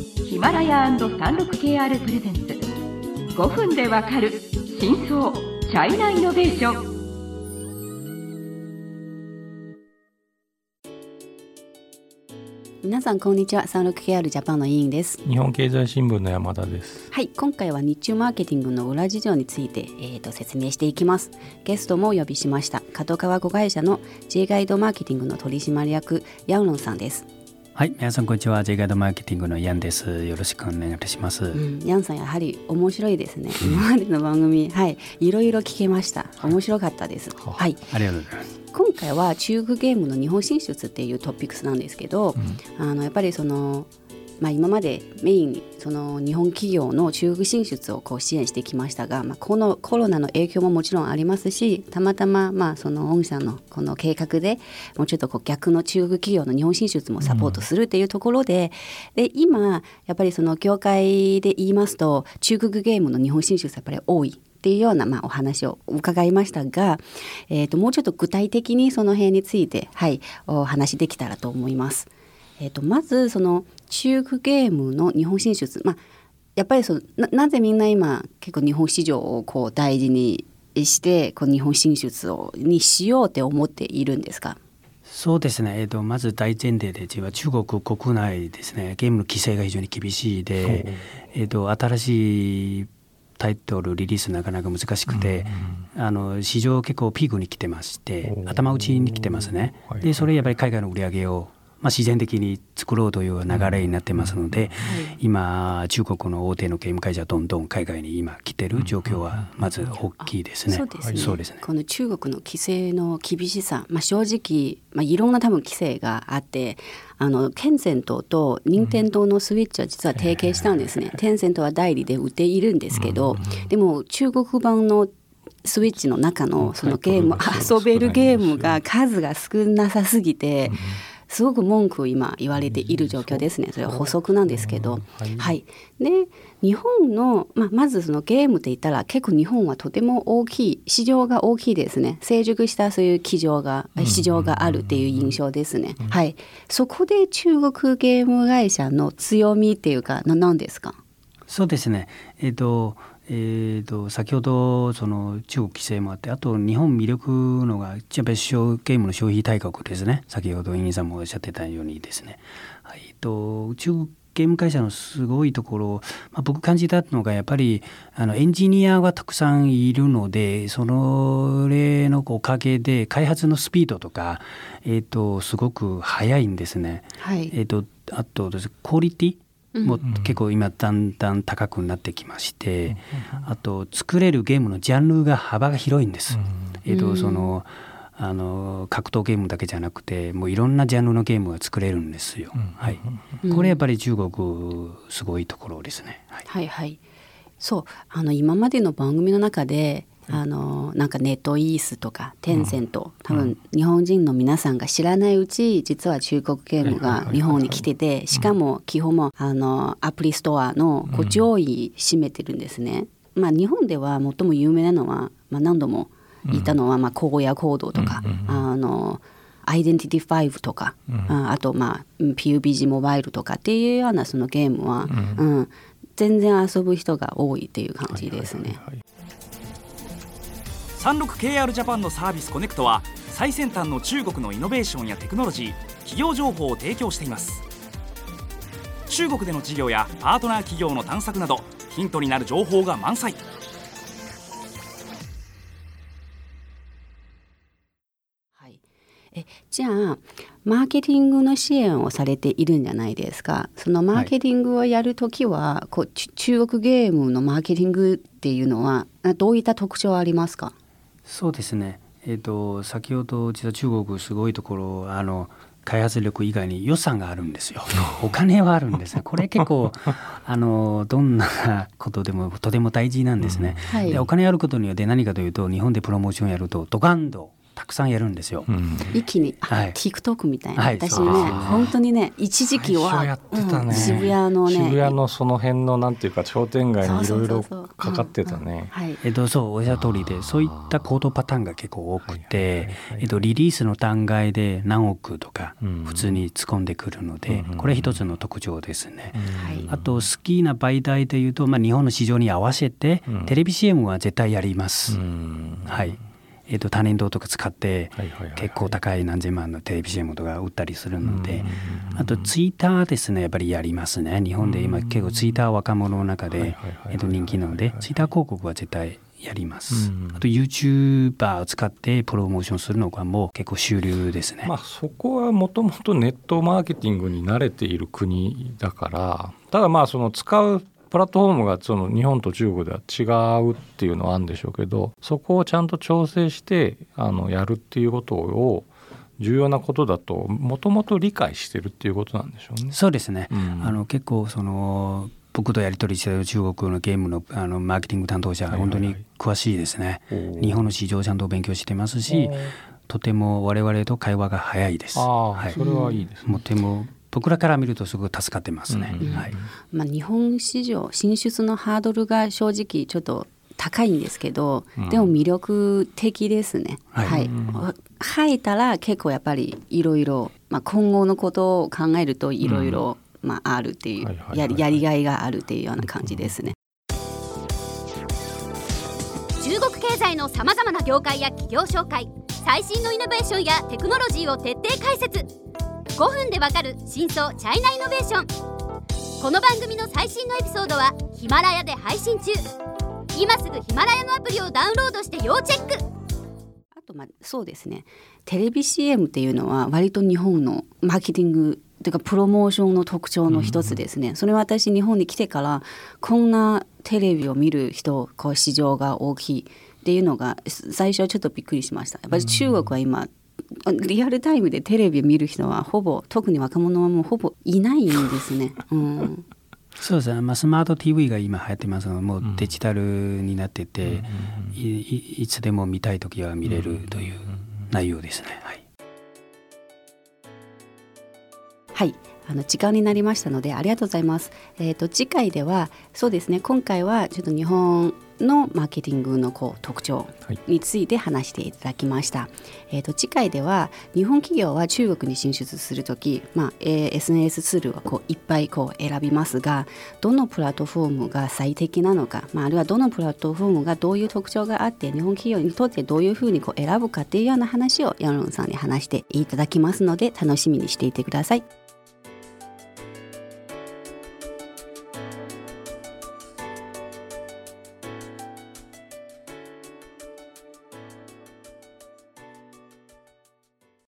ヒマラヤ&36KR プレゼンツ5分でわかる真相チャイナイノベーション。 皆さんこんにちは。 36KR ジャパンの委員です。 日本経済新聞の山田です。 はい、今回は日中マーケティングの裏事情について、説明していきます。ゲストもお呼びしました。角川子会社の J ガイドマーケティングの取締役ヤンロンさんです。 はい、皆さんこんにちは。 J ガイドマーケティングのヤンです。よろしくお願いいたします。 ヤンさんやはり面白いですね。今までの番組、いろいろ聞けました。面白かったです。はい、 ありがとうございます。 今回は中国ゲームの日本進出っていうトピックスなんですけど、やっぱり今までメインに日本企業の中国進出を支援してきましたが、このコロナの影響ももちろんありますし、たまたま御社のこの計画でもうちょっと逆の中国企業の日本進出もサポートするっていうところで、今やっぱり業界で言いますと中国ゲームの日本進出やっぱり多いっていうようなお話を伺いましたが、もうちょっと具体的にその辺について、お話できたらと思います。まず中国ゲームの日本進出、やっぱりなぜみんな今結構日本市場を大事にして日本進出にしようって思っているんですか？ そうですね、まず大前提で実は中国国内ですね、ゲームの規制が非常に厳しいで、新しいタイトルリリースなかなか難しくて、市場結構ピークに来てまして、頭打ちに来てますね。でそれやっぱり海外の売り上げを自然的に作ろうという流れになってますので、今中国の大手のゲーム会社どんどん海外に今来てる状況はまず大きいですね。 そうですね。この中国の規制の厳しさ、正直、いろんな多分規制があって、テンセントと任天堂のスイッチは実は提携したんですね。テンセントは代理で売っているんですけど、でも中国版のスイッチの中のそのゲーム、遊べるゲームが数が少なさすぎて、すごく文句を今言われている状況ですね。それは補足なんですけど、で日本の、まずゲームって言ったら結構日本はとても大きい市場が大きいですね。成熟したそういう市場があるっていう印象ですね。そこで中国ゲーム会社の強みっていうか何ですか？ そうですね、先ほど中国規制もあって、あと日本魅力のがやっぱりゲームの消費大国ですね。先ほど委員さんもおっしゃってたようにですね、中国ゲーム会社のすごいところ、僕感じたのがやっぱりエンジニアがたくさんいるので、それのおかげで開発のスピードとか、すごく速いんですね。あとクオリティも結構今だんだん高くなってきまして、あと作れるゲームのジャンルが幅が広いんです。格闘ゲームだけじゃなくて、もういろんなジャンルのゲームが作れるんですよ。これやっぱり中国すごいところですね。 そう今までの番組の中でなんかネットイースとかテンセント、多分日本人の皆さんが知らないうち、実は中国ゲームが日本に来てて、しかも基本もアプリストアの上位占めてるんですね。日本では最も有名なのは、何度も言ったのは、荒野行動とか、アイデンティティ5とか、あとPUBG モバイルとかっていうようなそのゲームは、全然遊ぶ人が多いっていう感じですね。 36KR ジャパンのサービスコネクトは、最先端の中国のイノベーションやテクノロジー、企業情報を提供しています。中国での事業やパートナー企業の探索など、ヒントになる情報が満載。 じゃあマーケティングの支援をされているんじゃないですか。そのマーケティングをやるときは、中国ゲームのマーケティングっていうのはどういった特徴はありますか？ そうですね、先ほど実は中国すごいところ、開発力以外に予算があるんですよ。お金はあるんですね。これ結構どんなことでもとても大事なんですね。でお金あることによって何かというと、日本でプロモーションやるとドカンとたくさんやるんですよ。 一気に、 はい、 TikTok みたいな、 はい、 私ね本当にね一時期はやってたね、 渋谷のね渋谷のその辺のなんていうか商店街にいろいろかかってたね。 そうおっしゃる通りで、そういった行動パターンが結構多くて、リリースの段階で何億とか普通に突っ込んでくるので、これ一つの特徴ですね。あと好きな媒体でいうと、日本の市場に合わせてテレビ CM は絶対やります。はい、タレントとか使って結構高い何千万のテレビ CM とか売ったりするので、あとツイッターですね、やっぱりやりますね。日本で今結構ツイッター若者の中で人気なので、ツイッター広告は絶対やります。あと YouTuber を使ってプロモーションするのがもう結構主流ですね。 そこはもともとネットマーケティングに慣れている国だから、ただその使うプラットフォームがその日本と中国では違うっていうのはあるんでしょうけど、そこをちゃんと調整してやるっていうことを重要なことだともともと理解してるっていうことなんでしょうね。 そうですね、結構僕とやり取りしている中国のゲームのマーケティング担当者は本当に詳しいですね。日本の市場をちゃんと勉強してますし、とても我々と会話が早いです。 はい、それはいいですね。 とても僕らから見るとすごく助かってますね。 日本市場進出のハードルが正直ちょっと高いんですけど、でも魅力的ですね。入ったら結構やっぱりいろいろ今後のことを考えるといろいろあるっていう、やりがいがあるっていうような感じですね。 中国経済のさまざまな業界や企業紹介、最新のイノベーションやテクノロジーを徹底解説。5分でわかる真相チャイナイノベーション。この番組の最新のエピソードはヒマラヤで配信中。今すぐヒマラヤのアプリをダウンロードして要チェック。 あとそうですね、テレビ CM っていうのは割と日本のマーケティングというかプロモーションの特徴の一つですね。それは私日本に来てからこんなテレビを見る人市場が大きいっていうのが最初はちょっとびっくりしました。やっぱり中国は今リアルタイムでテレビを見る人はほぼ、特に若者はもうほぼいないんですね。 そうですね、スマート TV が今流行ってますので、もうデジタルになってて、いつでも見たいときは見れるという内容ですね。 はい、時間になりましたのでありがとうございます。次回ではそうですね、今回はちょっと日本のマーケティングの特徴について話していただきました。次回では日本企業は中国に進出するとき、SNS ツールはいっぱい選びますが、どのプラットフォームが最適なのか、あるいはどのプラットフォームがどういう特徴があって日本企業にとってどういうふうに選ぶかっていうような話をヤンロンさんに話していただきますので楽しみにしていてください。